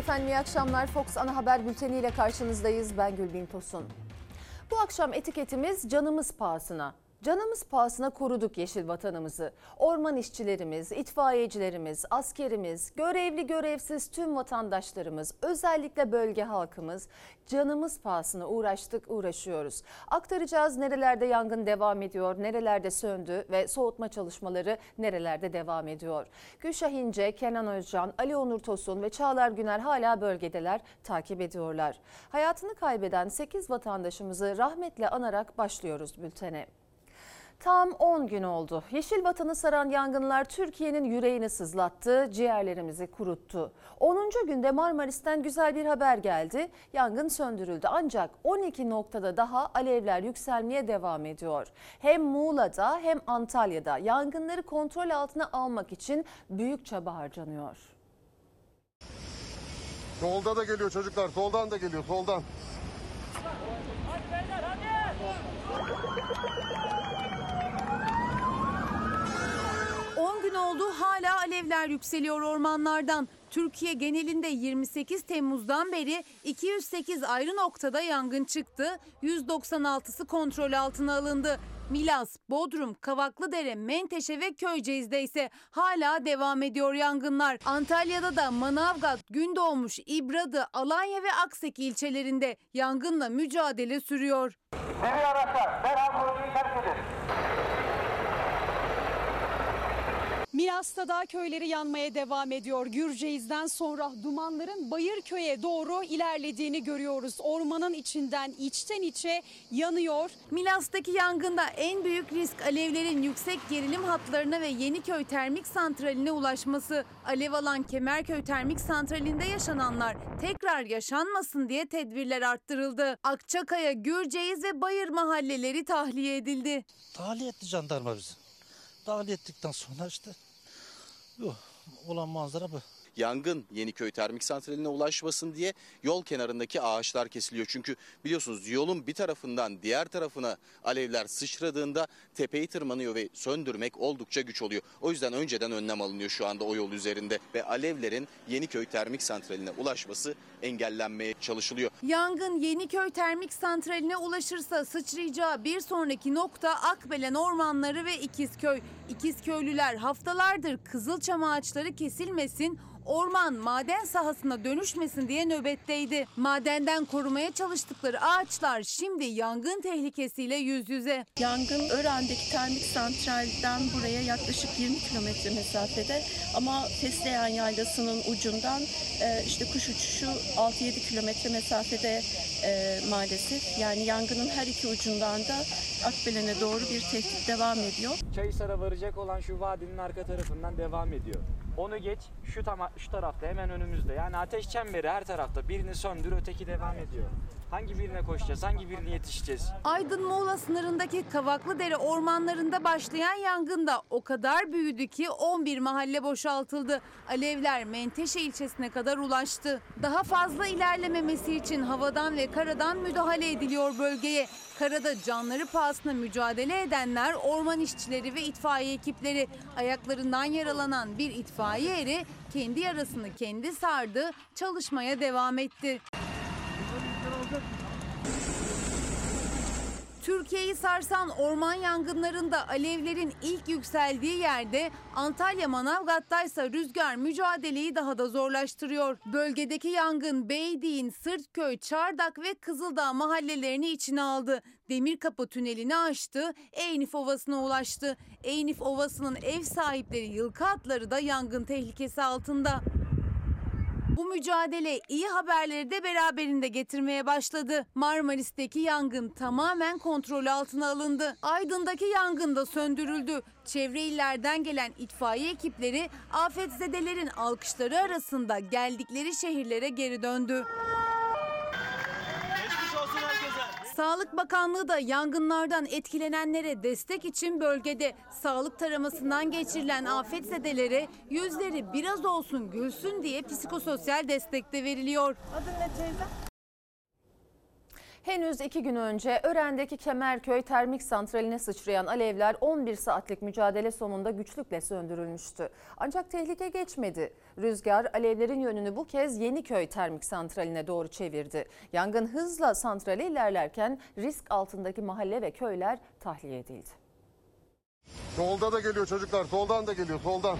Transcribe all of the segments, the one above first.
Efendim iyi akşamlar. Fox Ana Haber Bülteni ile karşınızdayız. Ben Gülbin Tosun. Bu akşam etiketimiz canımız pahasına. Canımız pahasına koruduk yeşil vatanımızı. Orman işçilerimiz, itfaiyecilerimiz, askerimiz, görevli görevsiz tüm vatandaşlarımız, özellikle bölge halkımız canımız pahasına uğraşıyoruz. Aktaracağız nerelerde yangın devam ediyor, nerelerde söndü ve soğutma çalışmaları nerelerde devam ediyor. Gülşah İnce, Kenan Özcan, Ali Onur Tosun ve Çağlar Güner hala bölgedeler, takip ediyorlar. Hayatını kaybeden 8 vatandaşımızı rahmetle anarak başlıyoruz bültene. Tam 10 gün oldu. Yeşil vatanı saran yangınlar Türkiye'nin yüreğini sızlattı, ciğerlerimizi kuruttu. 10. günde Marmaris'ten güzel bir haber geldi. Yangın söndürüldü ancak 12 noktada daha alevler yükselmeye devam ediyor. Hem Muğla'da hem Antalya'da yangınları kontrol altına almak için büyük çaba harcanıyor. Solda da geliyor çocuklar, soldan da geliyor, soldan. Hadi beyler hadi. 10 gün oldu, hala alevler yükseliyor ormanlardan. Türkiye genelinde 28 Temmuz'dan beri 208 ayrı noktada yangın çıktı. 196'sı kontrol altına alındı. Milas, Bodrum, Kavaklıdere, Menteşe ve Köyceğiz'de ise hala devam ediyor yangınlar. Antalya'da da Manavgat, Gündoğmuş, İbradı, Alanya ve Akseki ilçelerinde yangınla mücadele sürüyor. Sivil araçlar derhal bölgeyi terk edin. Milas'ta da köyleri yanmaya devam ediyor. Gürceğiz'den sonra dumanların Bayırköy'e doğru ilerlediğini görüyoruz. Ormanın içinden içten içe yanıyor. Milas'taki yangında en büyük risk alevlerin yüksek gerilim hatlarına ve Yeniköy Termik Santrali'ne ulaşması. Alev alan Kemerköy Termik Santrali'nde yaşananlar tekrar yaşanmasın diye tedbirler arttırıldı. Akçakaya, Gürceğiz ve Bayır mahalleleri tahliye edildi. Tahliye etti jandarma bizi. Tahliye ettikten sonra işte bu olan manzara bu. Yangın Yeniköy Termik Santrali'ne ulaşmasın diye yol kenarındaki ağaçlar kesiliyor. Çünkü biliyorsunuz yolun bir tarafından diğer tarafına alevler sıçradığında tepeyi tırmanıyor ve söndürmek oldukça güç oluyor. O yüzden önceden önlem alınıyor şu anda o yol üzerinde ve alevlerin Yeniköy Termik Santrali'ne ulaşması engellenmeye çalışılıyor. Yangın Yeniköy Termik Santrali'ne ulaşırsa sıçrayacağı bir sonraki nokta Akbelen ormanları ve İkizköy. İkizköylüler haftalardır kızılçam ağaçları kesilmesin, orman maden sahasına dönüşmesin diye nöbetteydi. Madenden korumaya çalıştıkları ağaçlar şimdi yangın tehlikesiyle yüz yüze. Yangın Ören'deki termik santralden buraya yaklaşık 20 kilometre mesafede ama Fesleğen Yaylası'nın ucundan işte kuş uçuşu 6-7 kilometre mesafede maalesef. Yani yangının her iki ucundan da Akbelen'e doğru bir tehdit devam ediyor. Çayısar'a varacak olan şu vadinin arka tarafından devam ediyor. Onu geç şu tarafta hemen önümüzde. Yani ateş çemberi her tarafta. Birini söndür öteki devam ediyor. Hangi birine koşacağız? Hangi birine yetişeceğiz? Aydın-Muğla sınırındaki Kavaklıdere ormanlarında başlayan yangında o kadar büyüdü ki 11 mahalle boşaltıldı. Alevler Menteşe ilçesine kadar ulaştı. Daha fazla ilerlememesi için havadan ve karadan müdahale ediliyor bölgeye. Karada canları pahasına mücadele edenler orman işçileri ve itfaiye ekipleri. Ayaklarından yaralanan bir itfaiye eri kendi yarasını kendi sardı, çalışmaya devam etti. Türkiye'yi sarsan orman yangınlarında alevlerin ilk yükseldiği yerde Antalya Manavgat'taysa rüzgar mücadeleyi daha da zorlaştırıyor. Bölgedeki yangın Beydiğin, Sırtköy, Çardak ve Kızıldağ mahallelerini içine aldı. Demirkapı tünelini aştı, Eynif Ovası'na ulaştı. Eynif Ovası'nın ev sahipleri yılkı atları da yangın tehlikesi altında. Bu mücadele iyi haberleri de beraberinde getirmeye başladı. Marmaris'teki yangın tamamen kontrol altına alındı. Aydın'daki yangın da söndürüldü. Çevre illerden gelen itfaiye ekipleri afetzedelerin alkışları arasında geldikleri şehirlere geri döndü. Sağlık Bakanlığı da yangınlardan etkilenenlere destek için bölgede. Sağlık taramasından geçirilen afetzedelere yüzleri biraz olsun gülsün diye psikososyal destek de veriliyor. Adın ne teyze? Henüz 2 gün önce Ören'deki Kemerköy termik santraline sıçrayan alevler 11 saatlik mücadele sonunda güçlükle söndürülmüştü. Ancak tehlike geçmedi. Rüzgar alevlerin yönünü bu kez Yeniköy termik santraline doğru çevirdi. Yangın hızla santrale ilerlerken risk altındaki mahalle ve köyler tahliye edildi. Solda da geliyor çocuklar. Soldan da geliyor. Soldan.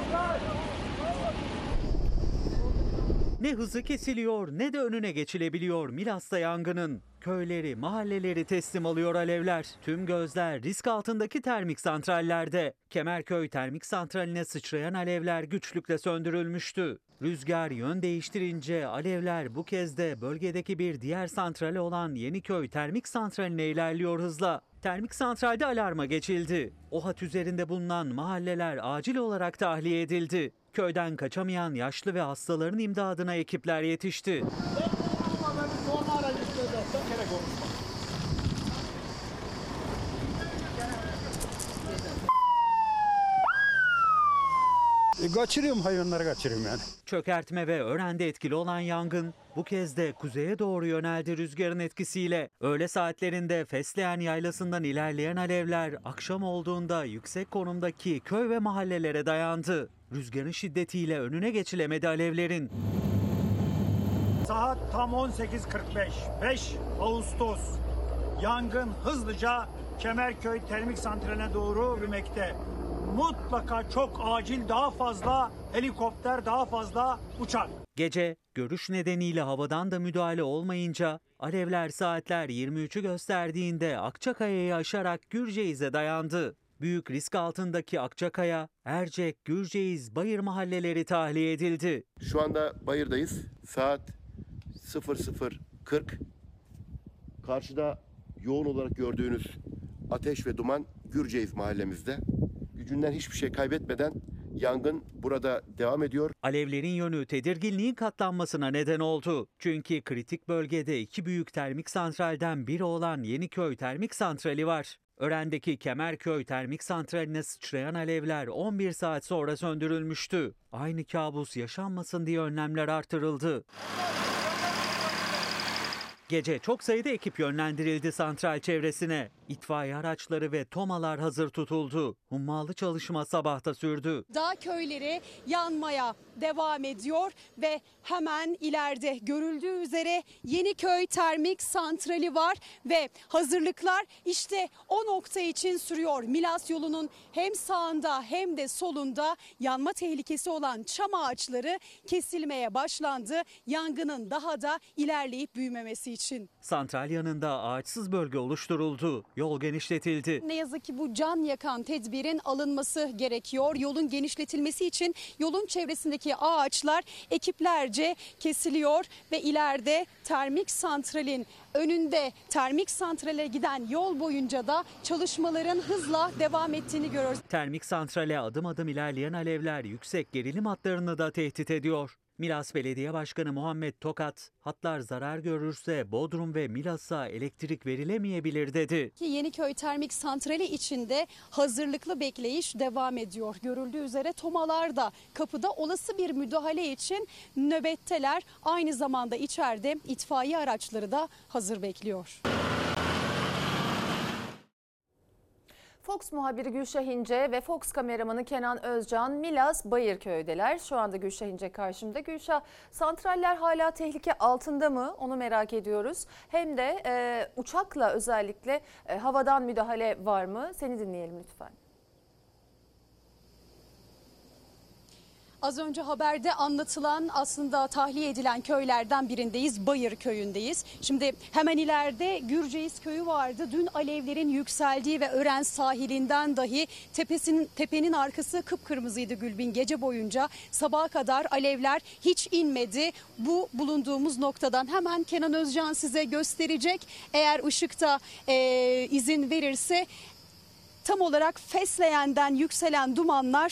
Ne hızı kesiliyor ne de önüne geçilebiliyor Milas'ta yangının. Köyleri, mahalleleri teslim alıyor alevler. Tüm gözler risk altındaki termik santrallerde. Kemerköy termik santraline sıçrayan alevler güçlükle söndürülmüştü. Rüzgar yön değiştirince alevler bu kez de bölgedeki bir diğer santrale olan Yeniköy termik santraline ilerliyor hızla. Termik santralde alarma geçildi. O hat üzerinde bulunan mahalleler acil olarak tahliye edildi. Köyden kaçamayan yaşlı ve hastaların imdadına ekipler yetişti. Kaçırıyorum, hayvanları kaçırıyorum yani. Çökertme ve Ören'de etkili olan yangın bu kez de kuzeye doğru yöneldi rüzgarın etkisiyle. Öğle saatlerinde Fesleğen Yaylası'ndan ilerleyen alevler akşam olduğunda yüksek konumdaki köy ve mahallelere dayandı. Rüzgarın şiddetiyle önüne geçilemedi alevlerin. Saat tam 18.45, 5 Ağustos. Yangın hızlıca Kemerköy termik santraline doğru yürümekte. Mutlaka çok acil daha fazla helikopter, daha fazla uçak. Gece görüş nedeniyle havadan da müdahale olmayınca alevler saatler 23'ü gösterdiğinde Akçakaya'yı aşarak Gürceğiz'e dayandı. Büyük risk altındaki Akçakaya, Ercek, Gürceğiz, Bayır mahalleleri tahliye edildi. Şu anda Bayır'dayız. Saat 00:40. Karşıda yoğun olarak gördüğünüz ateş ve duman Gürceğiz mahallemizde. Gücünden hiçbir şey kaybetmeden yangın burada devam ediyor. Alevlerin yönü tedirginliğin katlanmasına neden oldu. Çünkü kritik bölgede iki büyük termik santralden biri olan Yeniköy termik santrali var. Ören'deki Kemerköy termik santraline sıçrayan alevler 11 saat sonra söndürülmüştü. Aynı kabus yaşanmasın diye önlemler artırıldı. Gece çok sayıda ekip yönlendirildi santral çevresine. İtfaiye araçları ve tomalar hazır tutuldu. Hummalı çalışma sabahta sürdü. Dağ köyleri yanmaya devam ediyor ve hemen ileride görüldüğü üzere Yeniköy termik santrali var ve hazırlıklar işte o nokta için sürüyor. Milas yolunun hem sağında hem de solunda yanma tehlikesi olan çam ağaçları kesilmeye başlandı. Yangının daha da ilerleyip büyümemesi için. Santral yanında ağaçsız bölge oluşturuldu. Yol genişletildi. Ne yazık ki bu can yakan tedbirin alınması gerekiyor. Yolun genişletilmesi için yolun çevresindeki ağaçlar ekiplerce kesiliyor ve ileride termik santralin önünde termik santrale giden yol boyunca da çalışmaların hızla devam ettiğini görüyoruz. Termik santrale adım adım ilerleyen alevler yüksek gerilim hatlarını da tehdit ediyor. Milas Belediye Başkanı Muhammed Tokat, hatlar zarar görürse Bodrum ve Milas'a elektrik verilemeyebilir dedi. Yeniköy termik santrali içinde hazırlıklı bekleyiş devam ediyor. Görüldüğü üzere tomalar da kapıda olası bir müdahale için nöbetteler. Aynı zamanda içeride itfaiye araçları da hazır bekliyor. Fox muhabiri Gülşah İnce ve Fox kameramanı Kenan Özcan Milas Bayırköy'deler. Şu anda Gülşah İnce karşımda. Gülşah, santraller hala tehlike altında mı? Onu merak ediyoruz. Hem de uçakla özellikle havadan müdahale var mı? Seni dinleyelim lütfen. Az önce haberde anlatılan aslında tahliye edilen köylerden birindeyiz. Bayır köyündeyiz. Şimdi hemen ileride Gürceğiz köyü vardı. Dün alevlerin yükseldiği ve Ören sahilinden dahi tepenin arkası kıpkırmızıydı Gülbin. Gece boyunca sabaha kadar alevler hiç inmedi. Bu bulunduğumuz noktadan hemen Kenan Özcan size gösterecek. Eğer ışıkta izin verirse tam olarak Fesleğen'den yükselen dumanlar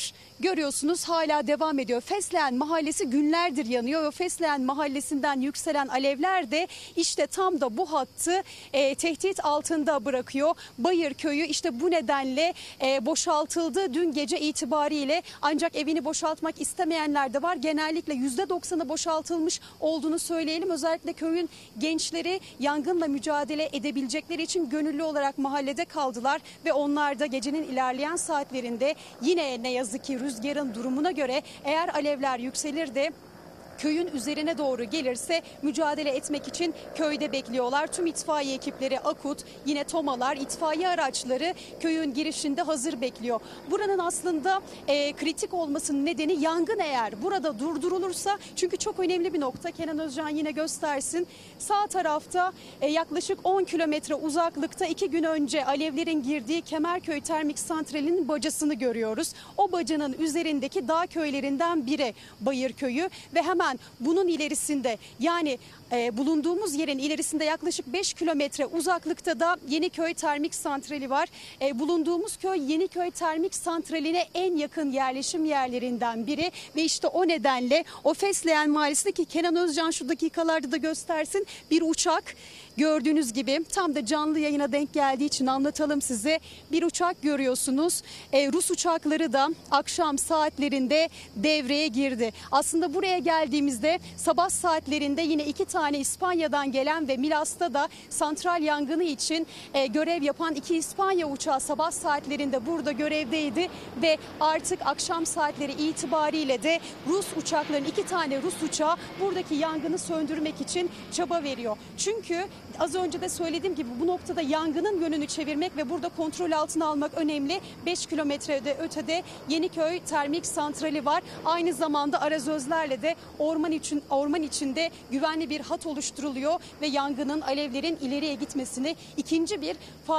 görüyorsunuz hala devam ediyor. Fesleğen Mahallesi günlerdir yanıyor ve Fesleğen Mahallesi'nden yükselen alevler de işte tam da bu hattı tehdit altında bırakıyor. Bayır Köyü işte bu nedenle boşaltıldı dün gece itibariyle, ancak evini boşaltmak istemeyenler de var. Genellikle %90'ı boşaltılmış olduğunu söyleyelim. Özellikle köyün gençleri yangınla mücadele edebilecekleri için gönüllü olarak mahallede kaldılar ve onlar da gecenin ilerleyen saatlerinde yine ne yazık ki rüzgarın durumuna göre eğer alevler yükselir de köyün üzerine doğru gelirse mücadele etmek için köyde bekliyorlar. Tüm itfaiye ekipleri, AKUT, yine TOMA'lar, itfaiye araçları köyün girişinde hazır bekliyor. Buranın aslında kritik olmasının nedeni yangın eğer burada durdurulursa, çünkü çok önemli bir nokta. Kenan Özcan yine göstersin. Sağ tarafta yaklaşık 10 kilometre uzaklıkta 2 gün önce alevlerin girdiği Kemerköy Termik Santrali'nin bacasını görüyoruz. O bacanın üzerindeki dağ köylerinden biri Bayır Köyü ve hemen bunun ilerisinde, yani bulunduğumuz yerin ilerisinde yaklaşık 5 kilometre uzaklıkta da Yeniköy Termik Santrali var. Bulunduğumuz köy Yeniköy Termik Santrali'ne en yakın yerleşim yerlerinden biri ve işte o nedenle o Fesleğen Mahallesi'ndeki Kenan Özcan şu dakikalarda da göstersin, bir uçak gördüğünüz gibi, tam da canlı yayına denk geldiği için anlatalım size. Bir uçak görüyorsunuz. Rus uçakları da akşam saatlerinde devreye girdi. Aslında buraya geldiğimizde sabah saatlerinde yine 2 tane İspanya'dan gelen ve Milas'ta da santral yangını için görev yapan 2 İspanya uçağı sabah saatlerinde burada görevdeydi ve artık akşam saatleri itibariyle de Rus uçakların 2 tane Rus uçağı buradaki yangını söndürmek için çaba veriyor. Çünkü az önce de söylediğim gibi bu noktada yangının yönünü çevirmek ve burada kontrol altına almak önemli. 5 kilometrede ötede Yeniköy Termik Santrali var. Aynı zamanda arazözlerle de orman içinde güvenli bir hat oluşturuluyor ve yangının, alevlerin ileriye gitmesini, ikinci bir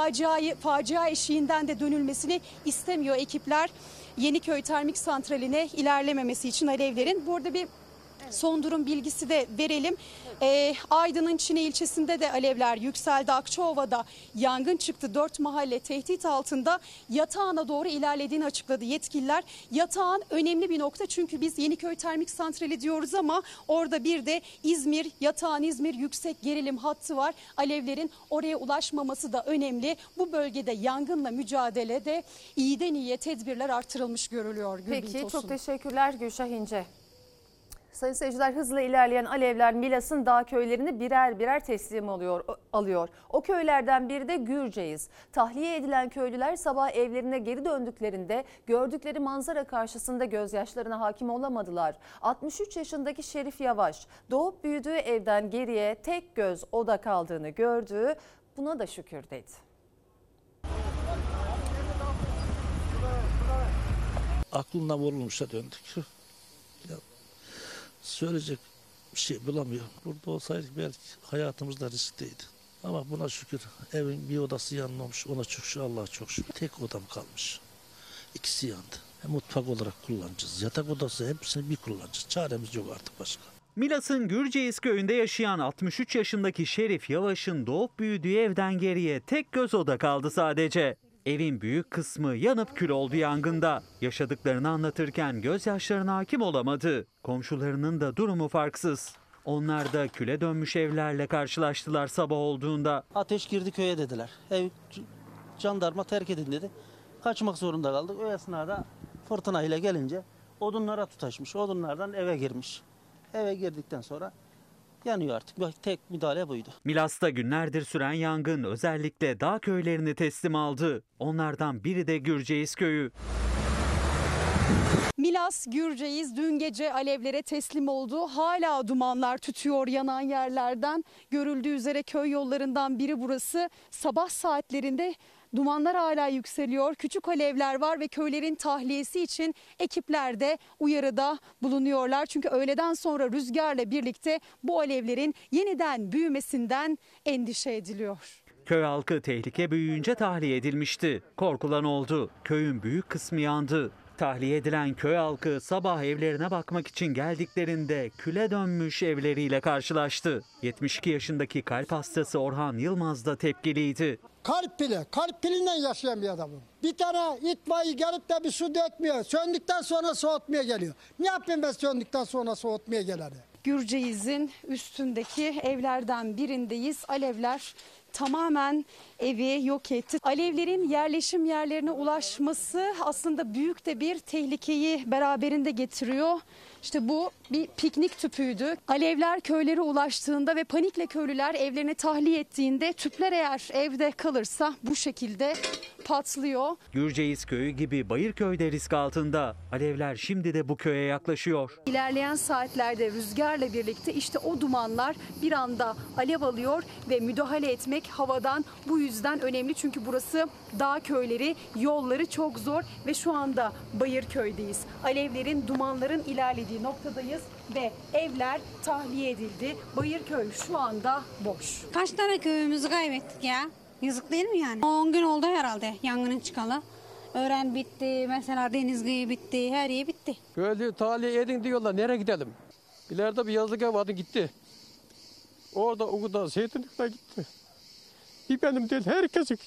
facia eşiğinden de dönülmesini istemiyor ekipler. Yeniköy Termik Santrali'ne ilerlememesi için alevlerin. Burada bir son durum bilgisi de verelim. Aydın'ın Çine ilçesinde de alevler yükseldi. Akçaova'da yangın çıktı. 4 mahalle tehdit altında. Yatağan'a doğru ilerlediğini açıkladı yetkililer. Yatağan önemli bir nokta, çünkü biz Yeniköy Termik Santrali diyoruz ama orada bir de Yatağan-İzmir yüksek gerilim hattı var. Alevlerin oraya ulaşmaması da önemli. Bu bölgede yangınla mücadelede iyiden iyiye tedbirler artırılmış görülüyor. Peki, çok teşekkürler Gülşah İnce. Sayın seyirciler, hızla ilerleyen alevler Milas'ın dağ köylerini birer birer teslim alıyor. O köylerden biri de Gürceğiz. Tahliye edilen köylüler sabah evlerine geri döndüklerinde gördükleri manzara karşısında gözyaşlarına hakim olamadılar. 63 yaşındaki Şerif Yavaş doğup büyüdüğü evden geriye tek göz oda kaldığını gördü. Buna da şükür dedi. Aklından vurulmuşa döndük. Ya, söyleyecek bir şey bulamıyorum. Burada olsaydık belki hayatımız da riskteydi. Ama buna şükür evin bir odası yanmamış. Ona çok şükür, Allah'a çok şükür. Tek odam kalmış. İkisi yandı. Mutfak olarak kullanacağız. Yatak odası, hepsini bir kullanacağız. Çaremiz yok artık başka. Milas'ın Gürceğiz köyünde yaşayan 63 yaşındaki Şerif Yavaş'ın doğup büyüdüğü evden geriye tek göz oda kaldı sadece. Evin büyük kısmı yanıp kül oldu yangında. Yaşadıklarını anlatırken gözyaşlarına hakim olamadı. Komşularının da durumu farksız. Onlar da küle dönmüş evlerle karşılaştılar sabah olduğunda. Ateş girdi köye dediler. Ev jandarma terk edin dedi. Kaçmak zorunda kaldık. O esnada fırtına ile gelince odunlara tutaşmış. Odunlardan eve girmiş. Eve girdikten sonra yanıyor artık. Tek müdahale buydu. Milas'ta günlerdir süren yangın özellikle dağ köylerini teslim aldı. Onlardan biri de Gürceğiz köyü. Milas, Gürceğiz dün gece alevlere teslim oldu. Hala dumanlar tütüyor yanan yerlerden. Görüldüğü üzere köy yollarından biri burası. Sabah saatlerinde dumanlar hala yükseliyor. Küçük alevler var ve köylerin tahliyesi için ekipler de uyarıda bulunuyorlar. Çünkü öğleden sonra rüzgarla birlikte bu alevlerin yeniden büyümesinden endişe ediliyor. Köy halkı tehlike büyüyünce tahliye edilmişti. Korkulan oldu. Köyün büyük kısmı yandı. Tahliye edilen köy halkı sabah evlerine bakmak için geldiklerinde küle dönmüş evleriyle karşılaştı. 72 yaşındaki kalp hastası Orhan Yılmaz da tepkiliydi. Kalp piliyle yaşayan bir adamım. Bir tane itfaiye gelip de bir su dökmüyor. Söndükten sonra soğutmaya geliyor. Ne yapayım ben söndükten sonra soğutmaya geleni? Gürceğiz'in üstündeki evlerden birindeyiz. Alevler tamamen evi yok etti. Alevlerin yerleşim yerlerine ulaşması aslında büyük de bir tehlikeyi beraberinde getiriyor. İşte bu bir piknik tüpüydü. Alevler köylere ulaştığında ve panikle köylüler evlerini tahliye ettiğinde tüpler eğer evde kalırsa bu şekilde patlıyor. Gürceğiz köyü gibi Bayırköy'de risk altında. Alevler şimdi de bu köye yaklaşıyor. İlerleyen saatlerde rüzgarla birlikte işte o dumanlar bir anda alev alıyor ve müdahale etmek havadan bu yüzden önemli. Çünkü burası dağ köyleri, yolları çok zor ve şu anda Bayırköy'deyiz. Alevlerin, dumanların ilerlediği noktadayız ve evler tahliye edildi. Bayırköy şu anda boş. Kaç tane köyümüzü kaybettik ya? Yazık değil mi yani? 10 gün oldu herhalde yangının çıkalı. Ören bitti, mesela Denizli bitti, her yer bitti. Böyle tahliye edin diyorlar, nereye gidelim? İleride bir yazlık ev vardı, gitti. Orada o kadar zeytinlikler gitti. Bir benim değil, herkesin.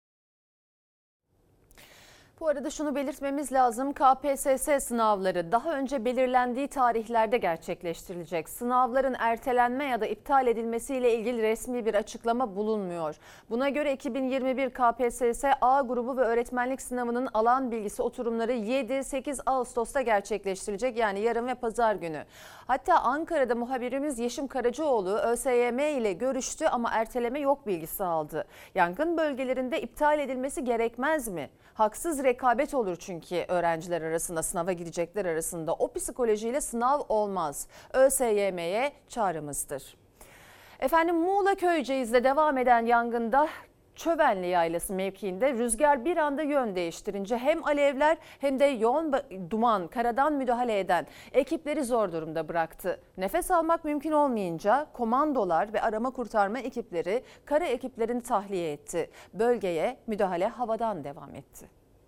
Bu arada şunu belirtmemiz lazım. KPSS sınavları daha önce belirlendiği tarihlerde gerçekleştirilecek. Sınavların ertelenme ya da iptal edilmesiyle ilgili resmi bir açıklama bulunmuyor. Buna göre 2021 KPSS A grubu ve öğretmenlik sınavının alan bilgisi oturumları 7-8 Ağustos'ta gerçekleştirilecek. Yani yarın ve pazar günü. Hatta Ankara'da muhabirimiz Yeşim Karacaoğlu ÖSYM ile görüştü ama erteleme yok bilgisi aldı. Yangın bölgelerinde iptal edilmesi gerekmez mi? Haksız rekabet olur çünkü öğrenciler arasında, sınava girecekler arasında. O psikolojiyle sınav olmaz. ÖSYM'ye çağrımızdır. Efendim Muğla Köyceğiz'de devam eden yangında Çövenli Yaylası mevkiinde rüzgar bir anda yön değiştirince hem alevler hem de yoğun duman karadan müdahale eden ekipleri zor durumda bıraktı. Nefes almak mümkün olmayınca komandolar ve arama kurtarma ekipleri kara ekiplerini tahliye etti. Bölgeye müdahale havadan devam etti.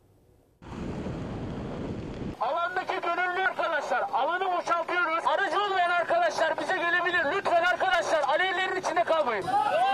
Alandaki gönüllü arkadaşlar, alanı boşaltıyoruz. Aracı olmayan arkadaşlar bize gelebilir. Lütfen arkadaşlar, alevlerin içinde kalmayın.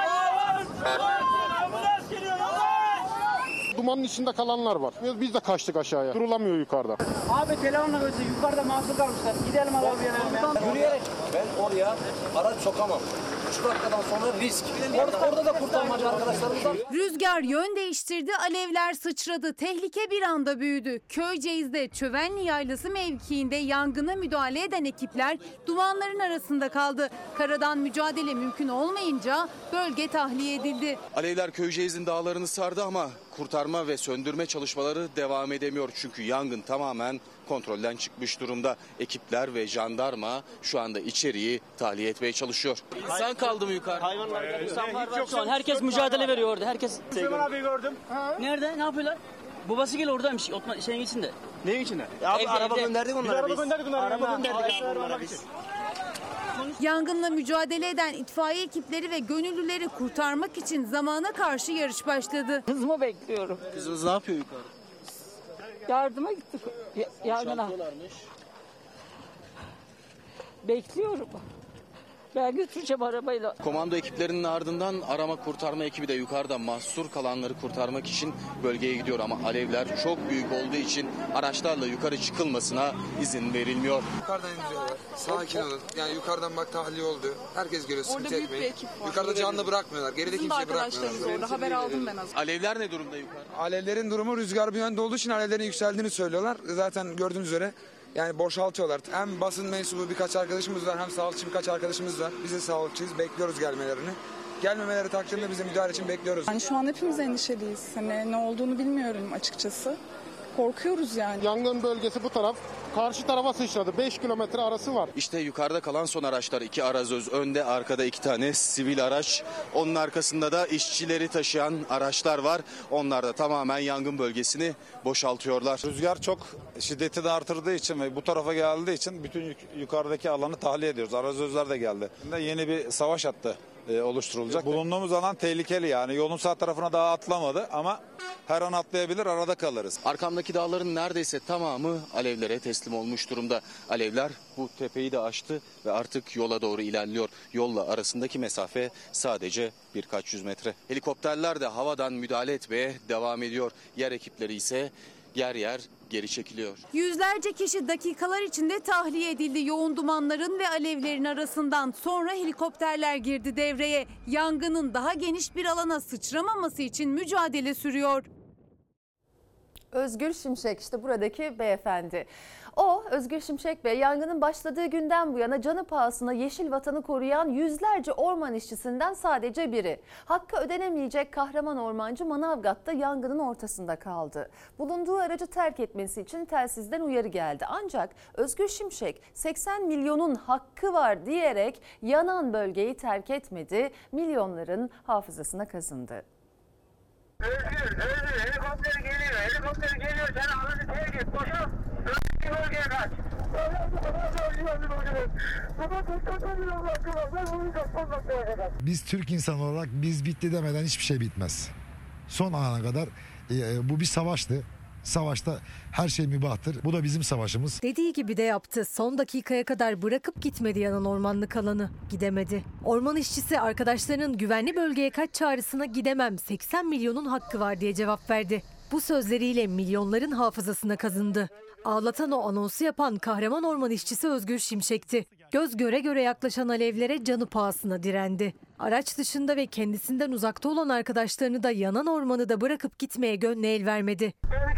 Dumanın içinde kalanlar var. Biz de kaçtık aşağıya. Durulamıyor yukarıda. Abi telefonla ötesi yukarıda mahsur kalmışlar. Gidelim alalım. Yürüyerek. Ben oraya araç sokamam. 3 dakikadan sonra risk. Orada da kurtarmacı arkadaşlarımız var. Rüzgar yön değiştirdi, alevler sıçradı. Tehlike bir anda büyüdü. Köyceğiz'de Çövenli Yaylası mevkiinde yangına müdahale eden ekipler dumanların arasında kaldı. Karadan mücadele mümkün olmayınca bölge tahliye edildi. Alevler Köyceğiz'in dağlarını sardı ama kurtarma ve söndürme çalışmaları devam edemiyor. Çünkü yangın tamamen kontrolden çıkmış durumda. Ekipler ve jandarma şu anda içeriği tahliye etmeye çalışıyor. İnsan kaldı mı yukarı? Hayvanlar, insanlar var. Şu an herkes mücadele veriyor orada. Herkes. Süleyman abi gördüm. Nerede? Ne yapıyorlar? Babası gel oradaymış. Şeyin içinde. Neyin içinde? Abi araba gönderdik onlara biz. Araba gönderdik onlara biz. Yangınla mücadele eden itfaiye ekipleri ve gönüllüleri kurtarmak için zamana karşı yarış başladı. Kızımı bekliyorum. Kızınız ne yapıyor yukarı? Yardıma gittik yangına. Bekliyorum. Ben götüreceğim arabayla. Komando ekiplerinin ardından arama kurtarma ekibi de yukarıda mahsur kalanları kurtarmak için bölgeye gidiyor. Ama alevler çok büyük olduğu için araçlarla yukarı çıkılmasına izin verilmiyor. Yukarıdan indiriyorlar. Sakin olun. Yani yukarıdan bak tahliye oldu. Herkes görüyor, sıkıntı etmeyin. Yukarıda canlı bırakmıyorlar. Geride kimseyi bırakmıyorlar. Orada haber aldım ben az. Alevler ne durumda yukarı? Alevlerin durumu rüzgar bir yönde olduğu için alevlerin yükseldiğini söylüyorlar. Zaten gördüğünüz üzere yani boşaltıyorlar. Hem basın mensubu birkaç arkadaşımız var, hem sağlıkçı birkaç arkadaşımız var. Biz de sağlıkçıyız, bekliyoruz gelmelerini. Gelmemeleri takdirde bize müdahale için bekliyoruz. Yani şu an hepimiz endişeliyiz. Hani ne olduğunu bilmiyorum açıkçası. Korkuyoruz yani. Yangın bölgesi bu taraf. Karşı tarafa sıçradı. 5 kilometre arası var. İşte yukarıda kalan son araçlar. 2 arazöz önde, arkada 2 tane sivil araç. Onun arkasında da işçileri taşıyan araçlar var. Onlar da tamamen yangın bölgesini boşaltıyorlar. Rüzgar çok şiddeti de artırdığı için ve bu tarafa geldiği için bütün yukarıdaki alanı tahliye ediyoruz. Arazözler de geldi. Yeni bir savaş attı oluşturulacak. Bulunduğumuz alan tehlikeli, yani yolun sağ tarafına daha atlamadı ama her an atlayabilir, arada kalırız. Arkamdaki dağların neredeyse tamamı alevlere teslim olmuş durumda. Alevler bu tepeyi de aştı ve artık yola doğru ilerliyor. Yolla arasındaki mesafe sadece birkaç yüz metre. Helikopterler de havadan müdahale etmeye devam ediyor. Yer ekipleri ise yer yer geri çekiliyor. Yüzlerce kişi dakikalar içinde tahliye edildi yoğun dumanların ve alevlerin arasından. Sonra helikopterler girdi devreye. Yangının daha geniş bir alana sıçramaması için mücadele sürüyor. Özgür Şimşek işte buradaki beyefendi. O, Özgür Şimşek Bey, yangının başladığı günden bu yana canı pahasına yeşil vatanı koruyan yüzlerce orman işçisinden sadece biri. Hakkı ödenemeyecek kahraman ormancı Manavgat'ta yangının ortasında kaldı. Bulunduğu aracı terk etmesi için telsizden uyarı geldi. Ancak Özgür Şimşek 80 milyonun hakkı var diyerek yanan bölgeyi terk etmedi. Milyonların hafızasına kazındı. Özgür, helikopter geliyor, sen alanı terk et, boşalt, bölgeye kaç. Biz Türk insanı olarak biz bitti demeden hiçbir şey bitmez. Son ana kadar bu bir savaştı. Savaşta her şey mübahtır. Bu da bizim savaşımız. Dediği gibi de yaptı. Son dakikaya kadar bırakıp gitmedi yanan ormanlık alanı. Gidemedi. Orman işçisi arkadaşlarının güvenli bölgeye kaç çağrısına gidemem, 80 milyonun hakkı var diye cevap verdi. Bu sözleriyle milyonların hafızasına kazındı. Ağlatan o anonsu yapan kahraman orman işçisi Özgür Şimşek'ti. Göz göre göre yaklaşan alevlere canı pahasına direndi. Araç dışında ve kendisinden uzakta olan arkadaşlarını da yanan ormanı da bırakıp gitmeye gönlü el vermedi.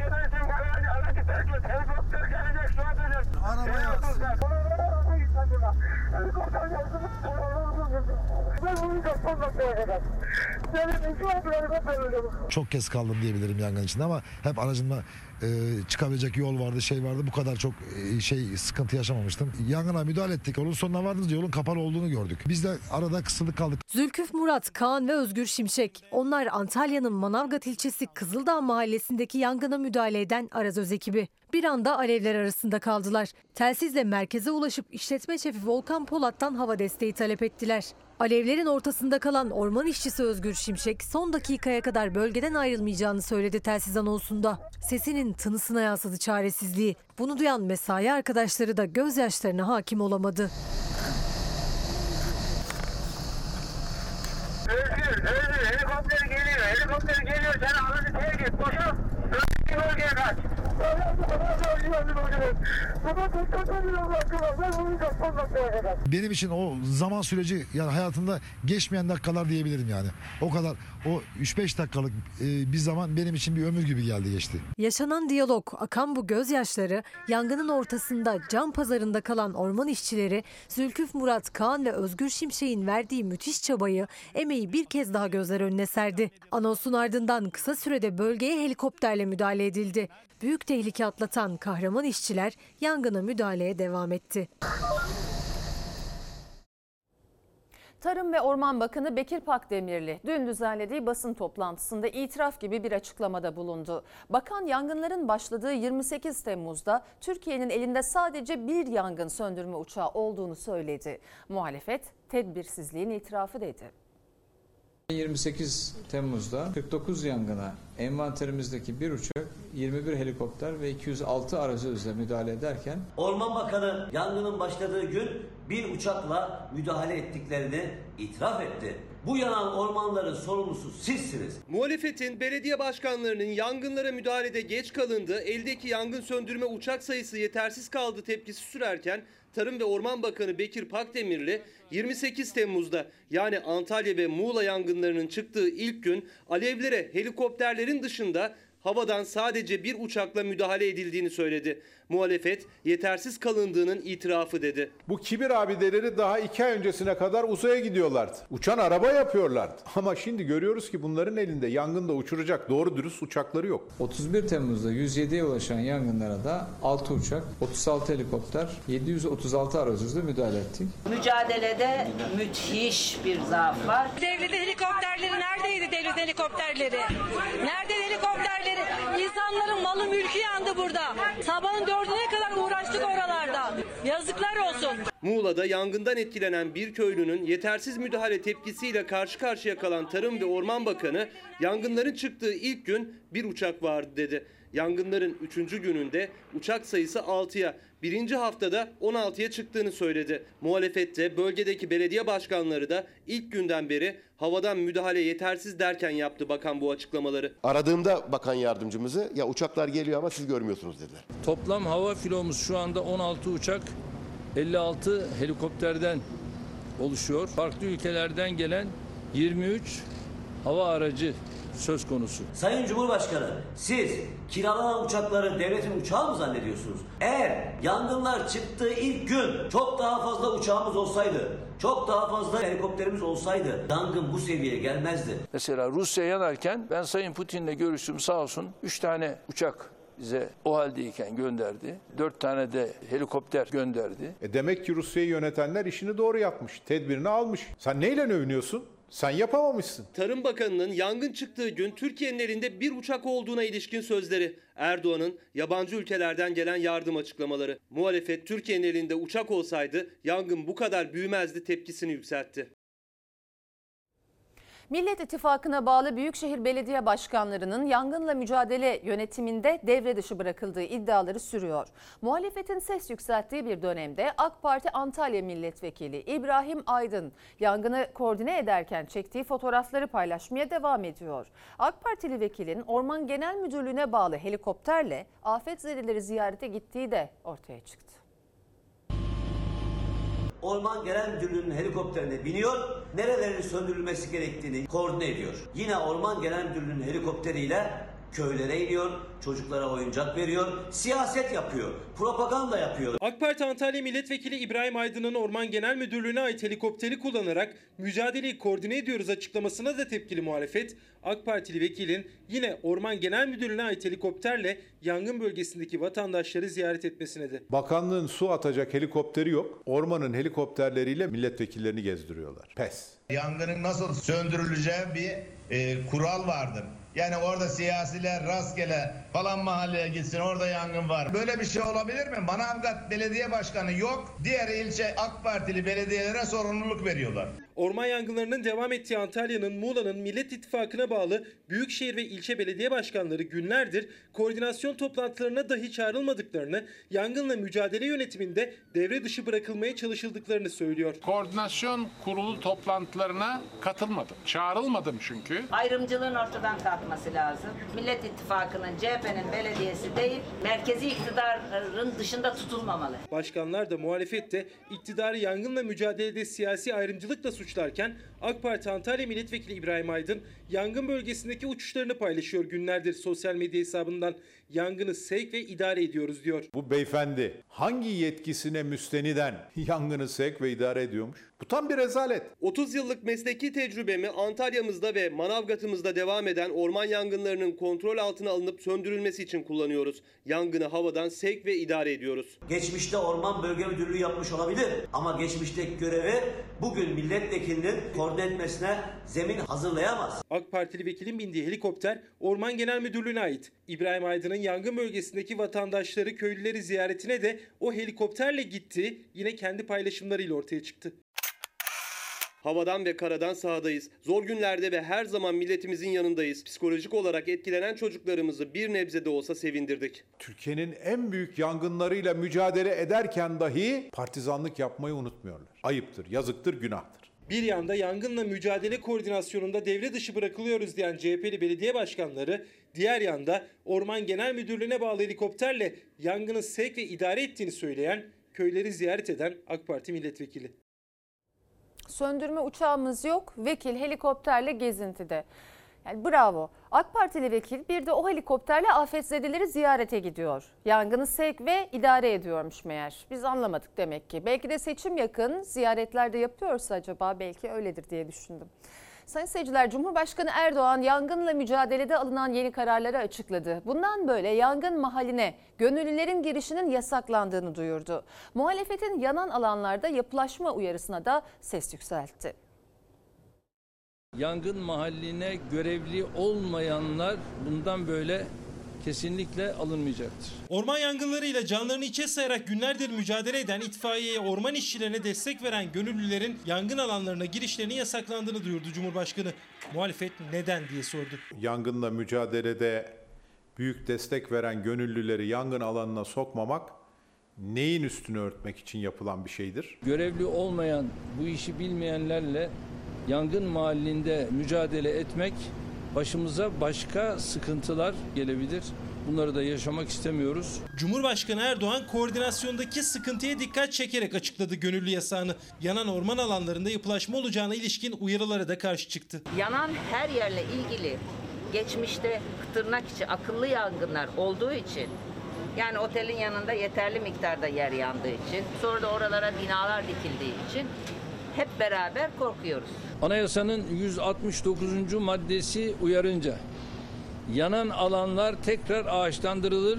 Çok kez kaldım diyebilirim yangın içinde ama hep aracımda çıkabilecek yol vardı, şey vardı. Bu kadar çok sıkıntı yaşamamıştım. Yangına müdahale ettik. Yolun sonuna vardığımızda yolun kapalı olduğunu gördük. Biz de arada kısıldık kaldık. Zülküf Murat, Kaan ve Özgür Şimşek. Onlar Antalya'nın Manavgat ilçesi Kızıldağ mahallesindeki yangına müdahale eden Arazöz ekibi. Bir anda alevler arasında kaldılar. Telsizle merkeze ulaşıp işletme şefi Volkan Polat'tan hava desteği talep ettiler. Alevlerin ortasında kalan orman işçisi Özgür Şimşek son dakikaya kadar bölgeden ayrılmayacağını söyledi telsiz anonsunda. Sesinin tınısına yansıdı çaresizliği. Bunu duyan mesai arkadaşları da gözyaşlarına hakim olamadı. Özgür, helikopter geliyor, sen alanı terk et, boşalt, bölgeye kaç. Benim için o zaman süreci yani hayatımda geçmeyen dakikalar diyebilirim yani. O kadar o 3-5 dakikalık bir zaman benim için bir ömür gibi geldi geçti. Yaşanan diyalog, akan bu gözyaşları yangının ortasında can pazarında kalan orman işçileri Zülküf Murat, Kaan ve Özgür Şimşek'in verdiği müthiş çabayı, emeği bir kez daha gözler önüne serdi. Anonsun ardından kısa sürede bölgeye helikopterle müdahale edildi. Büyük tehlike atlatan kahraman işçiler yangına müdahaleye devam etti. Tarım ve Orman Bakanı Bekir Pakdemirli dün düzenlediği basın toplantısında itiraf gibi bir açıklamada bulundu. Bakan yangınların başladığı 28 Temmuz'da Türkiye'nin elinde sadece bir yangın söndürme uçağı olduğunu söyledi. Muhalefet tedbirsizliğin itirafı dedi. 28 Temmuz'da 49 yangına envanterimizdeki bir uçak, 21 helikopter ve 206 arazözle müdahale ederken Orman Bakanı yangının başladığı gün bir uçakla müdahale ettiklerini itiraf etti. Bu yanan ormanların sorumlusu sizsiniz. Muhalefetin belediye başkanlarının yangınlara müdahalede geç kalındı, eldeki yangın söndürme uçak sayısı yetersiz kaldı tepkisi sürerken Tarım ve Orman Bakanı Bekir Pakdemirli 28 Temmuz'da yani Antalya ve Muğla yangınlarının çıktığı ilk gün alevlere helikopterlerin dışında havadan sadece bir uçakla müdahale edildiğini söyledi. Muhalefet yetersiz kalındığının itirafı dedi. Bu kibir abideleri daha 2 ay öncesine kadar uzaya gidiyorlardı. Uçan araba yapıyorlardı. Ama şimdi görüyoruz ki bunların elinde yangında uçuracak doğru dürüst uçakları yok. 31 Temmuz'da 107'ye ulaşan yangınlara da 6 uçak, 36 helikopter, 736 arazözle müdahale ettik. Mücadelede müthiş bir zaaf var. Devlet helikopterleri neredeydi, devlet helikopterleri? Nerede helikopterleri? İnsanların malı mülkü yandı burada. Sabahın 4'üne kadar uğraştık oralarda. Yazıklar olsun. Muğla'da yangından etkilenen bir köylünün yetersiz müdahale tepkisiyle karşı karşıya kalan Tarım ve Orman Bakanı, yangınların çıktığı ilk gün bir uçak vardı dedi. Yangınların 3. gününde uçak sayısı 6'ya, 1. haftada 16'ya çıktığını söyledi. Muhalefette bölgedeki belediye başkanları da ilk günden beri havadan müdahale yetersiz derken yaptı bakan bu açıklamaları. Aradığımda bakan yardımcımızı ya uçaklar geliyor ama siz görmüyorsunuz dediler. Toplam hava filomuz şu anda 16 uçak, 56 helikopterden oluşuyor. Farklı ülkelerden gelen 23 hava aracı söz konusu. Sayın Cumhurbaşkanı, siz kiralanan uçakları devletin uçağı mı zannediyorsunuz? Eğer yangınlar çıktığı ilk gün çok daha fazla uçağımız olsaydı, çok daha fazla helikopterimiz olsaydı yangın bu seviyeye gelmezdi. Mesela Rusya yanarken ben Sayın Putin'le görüştüm, sağ olsun 3 tane uçak bize o haldeyken gönderdi. 4 tane de helikopter gönderdi. Demek ki Rusya'yı yönetenler işini doğru yapmış, tedbirini almış. Sen neyle övünüyorsun? Sen yapamamışsın. Tarım Bakanı'nın yangın çıktığı gün Türkiye'nin elinde bir uçak olduğuna ilişkin sözleri. Erdoğan'ın yabancı ülkelerden gelen yardım açıklamaları. Muhalefet Türkiye'nin elinde uçak olsaydı yangın bu kadar büyümezdi tepkisini yükseltti. Millet İttifakı'na bağlı büyükşehir belediye başkanlarının yangınla mücadele yönetiminde devre dışı bırakıldığı iddiaları sürüyor. Muhalefetin ses yükselttiği bir dönemde AK Parti Antalya Milletvekili İbrahim Aydın yangını koordine ederken çektiği fotoğrafları paylaşmaya devam ediyor. AK Partili vekilin Orman Genel Müdürlüğü'ne bağlı helikopterle afetzedeleri ziyarete gittiği de ortaya çıktı. Orman Genel Müdürlüğü'nün helikopterine biniyor, nerelerin söndürülmesi gerektiğini koordine ediyor. Yine Orman Genel Müdürlüğü'nün helikopteriyle köylere iniyor, çocuklara oyuncak veriyor, siyaset yapıyor, propaganda yapıyor. AK Parti Antalya Milletvekili İbrahim Aydın'ın Orman Genel Müdürlüğü'ne ait helikopteri kullanarak mücadeleyi koordine ediyoruz açıklamasına da tepkili muhalefet. AK Partili vekilin yine Orman Genel Müdürlüğü'ne ait helikopterle yangın bölgesindeki vatandaşları ziyaret etmesine de. Bakanlığın su atacak helikopteri yok. Ormanın helikopterleriyle milletvekillerini gezdiriyorlar. Pes. Yangının nasıl söndürüleceği bir kural vardır. Yani orada siyasiler rastgele falan mahalleye gitsin, orada yangın var. Böyle bir şey olabilir mi? Manavgat Belediye Başkanı yok. Diğer ilçe AK Partili belediyelere sorumluluk veriyorlar. Orman yangınlarının devam ettiği Antalya'nın, Muğla'nın Millet İttifakı'na bağlı büyükşehir ve ilçe belediye başkanları günlerdir koordinasyon toplantılarına dahi çağrılmadıklarını, yangınla mücadele yönetiminde devre dışı bırakılmaya çalışıldıklarını söylüyor. Koordinasyon kurulu toplantılarına katılmadım. Çağrılmadım çünkü. Ayrımcılığın ortadan kalkması lazım. Millet İttifakı'nın, CHP'nin belediyesi değil, merkezi iktidarın dışında tutulmamalı. Başkanlar da muhalefet de iktidarı yangınla mücadelede siyasi ayrımcılıkla suçlarken AK Parti Antalya Milletvekili İbrahim Aydın yangın bölgesindeki uçuşlarını paylaşıyor günlerdir sosyal medya hesabından. Yangını sevk ve idare ediyoruz diyor. Bu beyefendi hangi yetkisine müsteniden yangını sevk ve idare ediyormuş? Bu tam bir rezalet. 30 yıllık mesleki tecrübemi Antalya'mızda ve Manavgat'ımızda devam eden orman yangınlarının kontrol altına alınıp söndürülmesi için kullanıyoruz. Yangını havadan sevk ve idare ediyoruz. Geçmişte Orman Bölge Müdürlüğü yapmış olabilir ama geçmişteki görevi bugün milletvekilinin koordine etmesine zemin hazırlayamaz. AK Partili vekilin bindiği helikopter Orman Genel Müdürlüğü'ne ait. İbrahim Aydın'ın yangın bölgesindeki vatandaşları, köylüleri ziyaretine de o helikopterle gitti. Yine kendi paylaşımlarıyla ortaya çıktı. Havadan ve karadan sahadayız. Zor günlerde ve her zaman milletimizin yanındayız. Psikolojik olarak etkilenen çocuklarımızı bir nebze de olsa sevindirdik. Türkiye'nin en büyük yangınlarıyla mücadele ederken dahi partizanlık yapmayı unutmuyorlar. Ayıptır, yazıktır, günahtır. Bir yanda yangınla mücadele koordinasyonunda devre dışı bırakılıyoruz diyen CHP'li belediye başkanları, diğer yanda Orman Genel Müdürlüğü'ne bağlı helikopterle yangını sevk ve idare ettiğini söyleyen, köyleri ziyaret eden AK Parti milletvekili. Söndürme uçağımız yok, vekil helikopterle gezintide. Yani bravo. AK Partili vekil bir de o helikopterle afetzedeleri ziyarete gidiyor. Yangını sevk ve idare ediyormuş meğer. Biz anlamadık demek ki. Belki de seçim yakın ziyaretlerde yapıyorsa acaba belki öyledir diye düşündüm. Sayın seyirciler, Cumhurbaşkanı Erdoğan yangınla mücadelede alınan yeni kararları açıkladı. Bundan böyle yangın mahalline gönüllülerin girişinin yasaklandığını duyurdu. Muhalefetin yanan alanlarda yapılaşma uyarısına da ses yükseltti. Yangın mahalline görevli olmayanlar bundan böyle kesinlikle alınmayacaktır. Orman yangınlarıyla canlarını içe sayarak günlerdir mücadele eden itfaiyeye, orman işçilerine destek veren gönüllülerin yangın alanlarına girişlerinin yasaklandığını duyurdu Cumhurbaşkanı. Muhalefet neden diye sordu. Yangınla mücadelede büyük destek veren gönüllüleri yangın alanına sokmamak neyin üstünü örtmek için yapılan bir şeydir? Görevli olmayan, bu işi bilmeyenlerle yangın mahallinde mücadele etmek başımıza başka sıkıntılar gelebilir. Bunları da yaşamak istemiyoruz. Cumhurbaşkanı Erdoğan koordinasyondaki sıkıntıya dikkat çekerek açıkladı gönüllü yasağını. Yanan orman alanlarında yapılaşma olacağına ilişkin uyarılara da karşı çıktı. Yanan her yerle ilgili geçmişte tırnak içi akıllı yangınlar olduğu için, yani otelin yanında yeterli miktarda yer yandığı için, sonra da oralara binalar dikildiği için hep beraber korkuyoruz. Anayasanın 169. maddesi uyarınca yanan alanlar tekrar ağaçlandırılır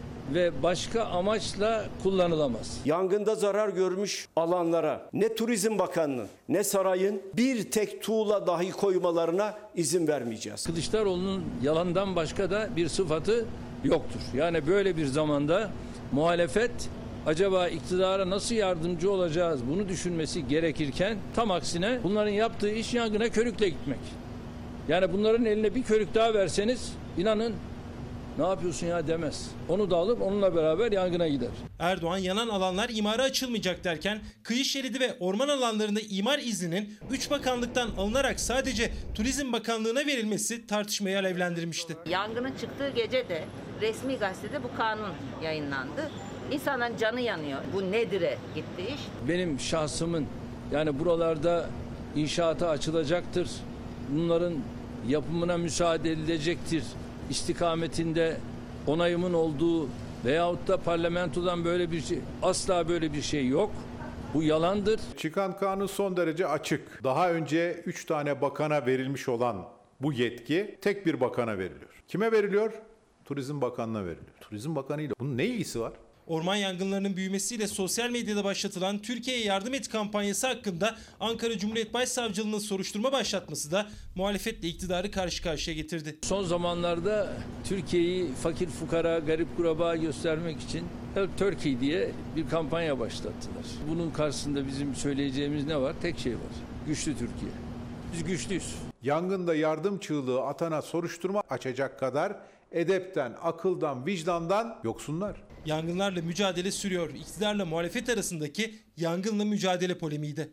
ve başka amaçla kullanılamaz. Yangında zarar görmüş alanlara ne Turizm Bakanlığı'nın ne sarayın bir tek tuğla dahi koymalarına izin vermeyeceğiz. Kılıçdaroğlu'nun yalandan başka da bir sıfatı yoktur. Yani böyle bir zamanda muhalefet acaba iktidara nasıl yardımcı olacağız bunu düşünmesi gerekirken tam aksine bunların yaptığı iş yangına körükle gitmek. Yani bunların eline bir körük daha verseniz inanın ne yapıyorsun ya demez. Onu da alır onunla beraber yangına gider. Erdoğan yanan alanlar imara açılmayacak derken kıyı şeridi ve orman alanlarında imar izninin 3 bakanlıktan alınarak sadece Turizm Bakanlığı'na verilmesi tartışmayı alevlendirmişti. Yangının çıktığı gece de resmi gazetede bu kanun yayınlandı. İnsanların canı yanıyor. Bu nedir'e gitti iş. Benim şahsımın yani buralarda inşaata açılacaktır. Bunların yapımına müsaade edilecektir istikametinde onayımın olduğu veyahut da parlamentodan böyle bir şey, asla böyle bir şey yok. Bu yalandır. Çıkan kanun son derece açık. Daha önce 3 tane bakana verilmiş olan bu yetki tek bir bakana veriliyor. Kime veriliyor? Turizm Bakanlığı'na veriliyor. Turizm Bakanı ile bunun ne ilgisi var? Orman yangınlarının büyümesiyle sosyal medyada başlatılan Türkiye'ye yardım et kampanyası hakkında Ankara Cumhuriyet Başsavcılığı'nın soruşturma başlatması da muhalefetle iktidarı karşı karşıya getirdi. Son zamanlarda Türkiye'yi fakir fukara, garip kuraba göstermek için Help Turkey diye bir kampanya başlattılar. Bunun karşısında bizim söyleyeceğimiz ne var? Tek şey var. Güçlü Türkiye. Biz güçlüyüz. Yangında yardım çığlığı atana soruşturma açacak kadar edepten, akıldan, vicdandan yoksunlar. Yangınlarla mücadele sürüyor. İktidarla muhalefet arasındaki yangınla mücadele polemiği.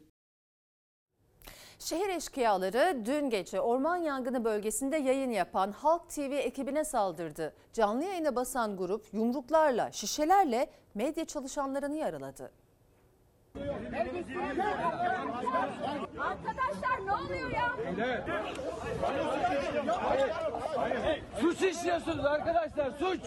Şehir eşkıyaları dün gece orman yangını bölgesinde yayın yapan Halk TV ekibine saldırdı. Canlı yayına basan grup yumruklarla, şişelerle medya çalışanlarını yaraladı. Arkadaşlar ne oluyor ya? Suç işliyorsunuz arkadaşlar, suç.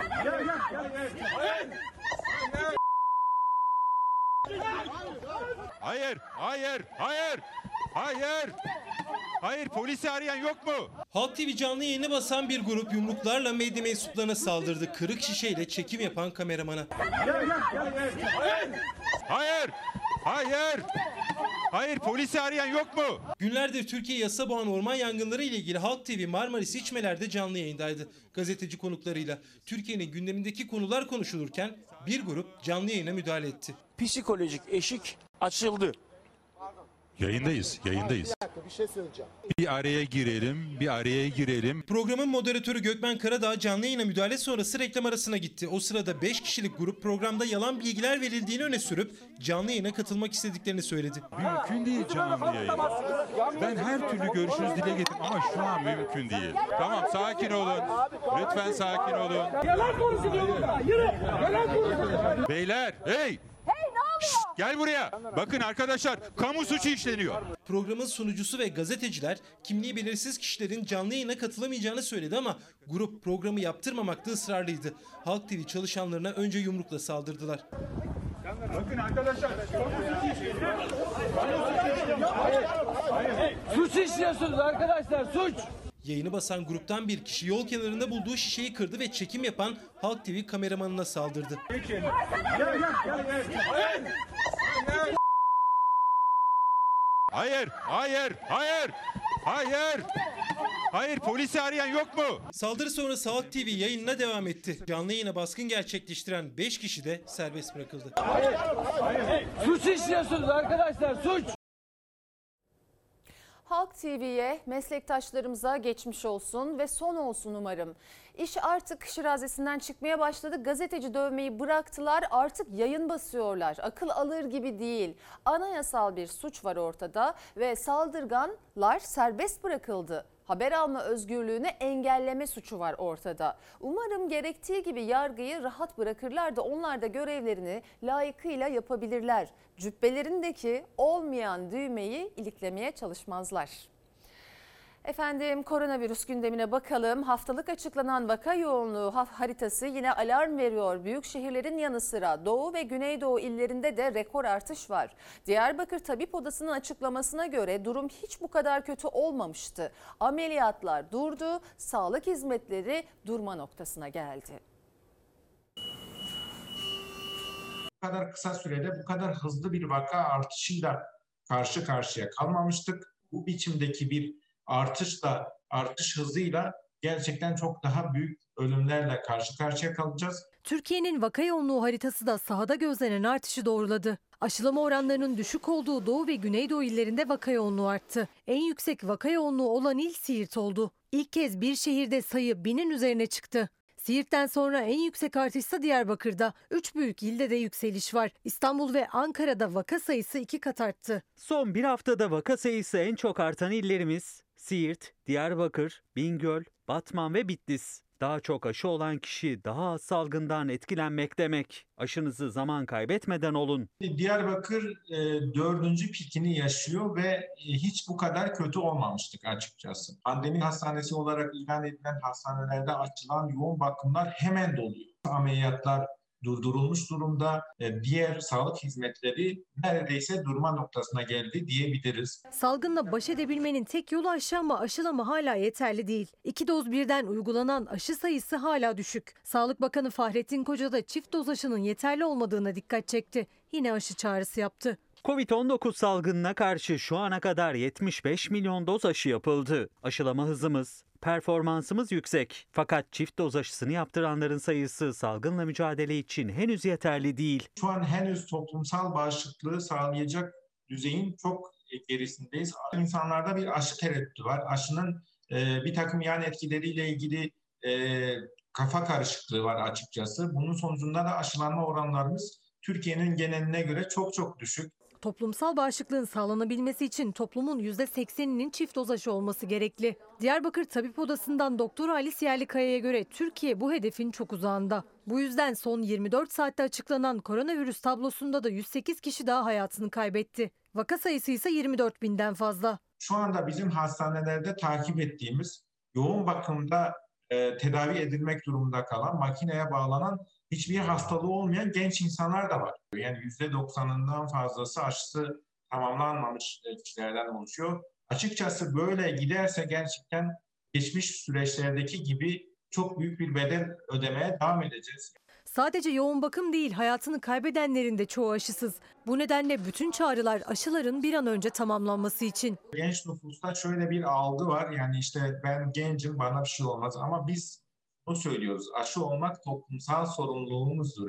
Hayır, hayır, hayır, hayır. Hayır, polisi arayan yok mu? Halk TV canlı yayını basan bir grup yumruklarla medya mensuplarına saldırdı. Kırık şişeyle çekim yapan kameramana. Hayır, hayır. Hayır, polisi arayan yok mu? Günlerdir Türkiye yasa boğan orman yangınları ile ilgili Halk TV Marmaris İçmeler'de canlı yayındaydı. Gazeteci konuklarıyla Türkiye'nin gündemindeki konular konuşulurken bir grup canlı yayına müdahale etti. Psikolojik eşik açıldı. Yayındayız. Bir şey söyleyeceğim. Bir araya girelim. Programın moderatörü Gökmen Karadağ canlı yayına müdahale sonrası reklam arasına gitti. O sırada 5 kişilik grup programda yalan bilgiler verildiğini öne sürüp canlı yayına katılmak istediklerini söyledi. Mümkün değil canlı yayın. Ben her türlü görüşünüzü dile getirdim ama şu an mümkün değil. Tamam, sakin olun. Lütfen sakin olun. Yalan konuşuyor burada. Yürü. Yalan konuşuyor. Beyler, hey! Şşt, gel buraya. Bakın arkadaşlar, kamu suçu işleniyor. Programın sunucusu ve gazeteciler kimliği belirsiz kişilerin canlı yayına katılamayacağını söyledi ama grup programı yaptırmamakta ısrarlıydı. Halk TV çalışanlarına önce yumrukla saldırdılar. Bakın arkadaşlar, Suç işliyorsunuz arkadaşlar, suç. Yayını basan gruptan bir kişi yol kenarında bulduğu şişeyi kırdı ve çekim yapan Halk TV kameramanına saldırdı. Hayır, hayır, hayır. Hayır. Hayır, polisi arayan yok mu? Saldırı sonrası Halk TV yayınına devam etti. Canlı yayına baskın gerçekleştiren 5 kişi de serbest bırakıldı. Hayır. Suç işliyorsunuz arkadaşlar, suç. Halk TV'ye, meslektaşlarımıza geçmiş olsun ve son olsun umarım. İş artık şirazesinden çıkmaya başladı. Gazeteci dövmeyi bıraktılar, artık yayın basıyorlar. Akıl alır gibi değil. Anayasal bir suç var ortada ve saldırganlar serbest bırakıldı. Haber alma özgürlüğünü engelleme suçu var ortada. Umarım gerektiği gibi yargıyı rahat bırakırlar da onlar da görevlerini layıkıyla yapabilirler. Cübbelerindeki olmayan düğmeyi iliklemeye çalışmazlar. Efendim, koronavirüs gündemine bakalım. Haftalık açıklanan vaka yoğunluğu haritası yine alarm veriyor. Büyük şehirlerin yanı sıra Doğu ve Güneydoğu illerinde de rekor artış var. Diyarbakır Tabip Odası'nın açıklamasına göre durum hiç bu kadar kötü olmamıştı. Ameliyatlar durdu, sağlık hizmetleri durma noktasına geldi. Bu kadar kısa sürede bu kadar hızlı bir vaka artışıyla karşı karşıya kalmamıştık. Bu biçimdeki bir artış hızıyla gerçekten çok daha büyük ölümlerle karşı karşıya kalacağız. Türkiye'nin vaka yoğunluğu haritası da sahada gözlenen artışı doğruladı. Aşılama oranlarının düşük olduğu Doğu ve Güneydoğu illerinde vaka yoğunluğu arttı. En yüksek vaka yoğunluğu olan il Siirt oldu. İlk kez bir şehirde sayı 1000'in üzerine çıktı. Siirt'ten sonra en yüksek artışsa Diyarbakır'da. 3 büyük ilde de yükseliş var. İstanbul ve Ankara'da vaka sayısı 2 kat arttı. Son bir haftada vaka sayısı en çok artan illerimiz Siirt, Diyarbakır, Bingöl, Batman ve Bitlis. Daha çok aşı olan kişi daha az salgından etkilenmek demek. Aşınızı zaman kaybetmeden olun. Diyarbakır 4. pikini yaşıyor ve hiç bu kadar kötü olmamıştık açıkçası. Pandemi hastanesi olarak ilan edilen hastanelerde açılan yoğun bakımlar hemen doluyor. Ameliyatlar durdurulmuş durumda. Diğer sağlık hizmetleri neredeyse durma noktasına geldi diyebiliriz. Salgınla baş edebilmenin tek yolu aşı ama aşılama hala yeterli değil. 2 doz birden uygulanan aşı sayısı hala düşük. Sağlık Bakanı Fahrettin Koca da çift doz aşının yeterli olmadığına dikkat çekti. Yine aşı çağrısı yaptı. Covid-19 salgınına karşı şu ana kadar 75 milyon doz aşı yapıldı. Aşılama hızımız, performansımız yüksek. Fakat çift doz aşısını yaptıranların sayısı salgınla mücadele için henüz yeterli değil. Şu an henüz toplumsal bağışıklığı sağlayacak düzeyin çok gerisindeyiz. İnsanlarda bir aşı tereddütü var. Aşının bir takım yan etkileriyle ilgili kafa karışıklığı var açıkçası. Bunun sonucunda da aşılanma oranlarımız Türkiye'nin geneline göre çok çok düşük. Toplumsal bağışıklığın sağlanabilmesi için toplumun %80'inin çift doz aşı olması gerekli. Diyarbakır Tabip Odası'ndan Doktor Halis Yerlikaya'ya göre Türkiye bu hedefin çok uzağında. Bu yüzden son 24 saatte açıklanan koronavirüs tablosunda da 108 kişi daha hayatını kaybetti. Vaka sayısı ise 24.000'den fazla. Şu anda bizim hastanelerde takip ettiğimiz yoğun bakımda tedavi edilmek durumunda kalan, makineye bağlanan hiçbir hastalığı olmayan genç insanlar da var. Yani %90'ından fazlası aşısı tamamlanmamış kişilerden oluşuyor. Açıkçası böyle giderse gerçekten geçmiş süreçlerdeki gibi çok büyük bir bedel ödemeye devam edeceğiz. Sadece yoğun bakım değil, hayatını kaybedenlerin de çoğu aşısız. Bu nedenle bütün çağrılar aşıların bir an önce tamamlanması için. Genç nüfusta şöyle bir algı var. Yani işte ben gencim, bana bir şey olmaz. Ama biz bunu söylüyoruz. Aşı olmak toplumsal sorumluluğumuzdur.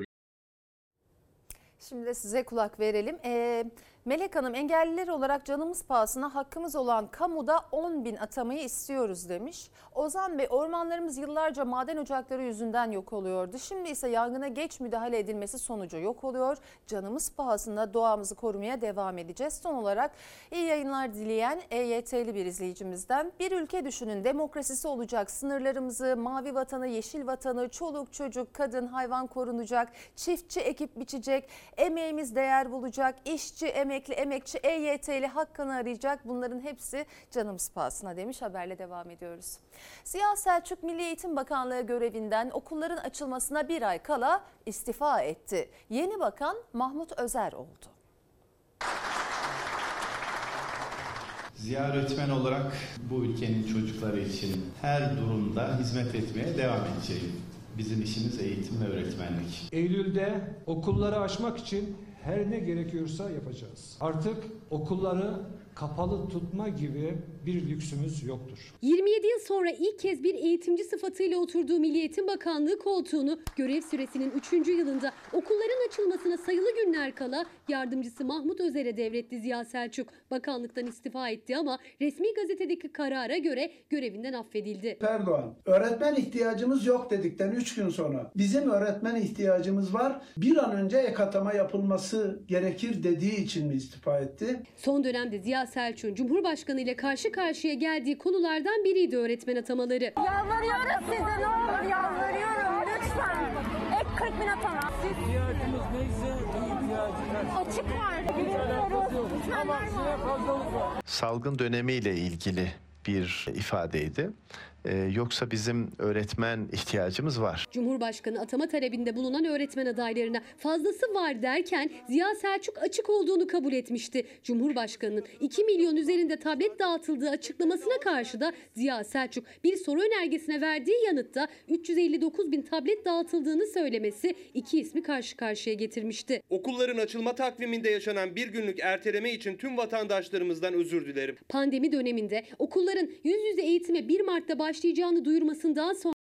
Şimdi de size kulak verelim. Melek Hanım, engelliler olarak canımız pahasına hakkımız olan kamuda 10.000 atamayı istiyoruz demiş. Ozan Bey, ormanlarımız yıllarca maden ocakları yüzünden yok oluyordu. Şimdi ise yangına geç müdahale edilmesi sonucu yok oluyor. Canımız pahasına doğamızı korumaya devam edeceğiz. Son olarak iyi yayınlar dileyen EYT'li bir izleyicimizden: bir ülke düşünün, demokrasisi olacak, sınırlarımızı, mavi vatanı, yeşil vatanı, çoluk çocuk, kadın, hayvan korunacak, çiftçi ekip biçecek, emeğimiz değer bulacak, işçi, emekçi EYT'li hakkını arayacak. Bunların hepsi canımız pahasına demiş. Haberle devam ediyoruz. Ziya Selçuk Milli Eğitim Bakanlığı görevinden okulların açılmasına bir ay kala istifa etti. Yeni bakan Mahmut Özer oldu. Ziya öğretmen olarak bu ülkenin çocukları için her durumda hizmet etmeye devam edeceğim. Bizim işimiz eğitim ve öğretmenlik. Eylül'de okulları açmak için her ne gerekiyorsa yapacağız. Artık okulları kapalı tutma gibi bir lüksümüz yoktur. 27 yıl sonra ilk kez bir eğitimci sıfatıyla oturduğu Milli Eğitim Bakanlığı koltuğunu görev süresinin 3. yılında okulların açılmasına sayılı günler kala yardımcısı Mahmut Özer'e devretti Ziya Selçuk. Bakanlıktan istifa etti ama resmi gazetedeki karara göre görevinden affedildi. Erdoğan, öğretmen ihtiyacımız yok dedikten 3 gün sonra bizim öğretmen ihtiyacımız var, bir an önce ek atama yapılması gerekir dediği için mi istifa etti? Son dönemde Ziya Selçuk'un Cumhurbaşkanı ile karşı karşıya geldiği konulardan biriydi öğretmen atamaları. Yalvarıyorum size, ne olur yalvarıyorum lütfen. Ek 40 bin atama. İhtiyacımız neyse Açık var. Bilmiyoruz. Lütfen var mı? Salgın dönemiyle ilgili bir ifadeydi. Yoksa bizim öğretmen ihtiyacımız var. Cumhurbaşkanı atama talebinde bulunan öğretmen adaylarına fazlası var derken Ziya Selçuk açık olduğunu kabul etmişti. Cumhurbaşkanının 2 milyon üzerinde tablet dağıtıldığı açıklamasına karşı da Ziya Selçuk bir soru önergesine verdiği yanıtta 359 bin tablet dağıtıldığını söylemesi iki ismi karşı karşıya getirmişti. Okulların açılma takviminde yaşanan bir günlük erteleme için tüm vatandaşlarımızdan özür dilerim. Pandemi döneminde okulların yüz yüze eğitime 1 Mart'ta başlayacağını duyurmasından sonra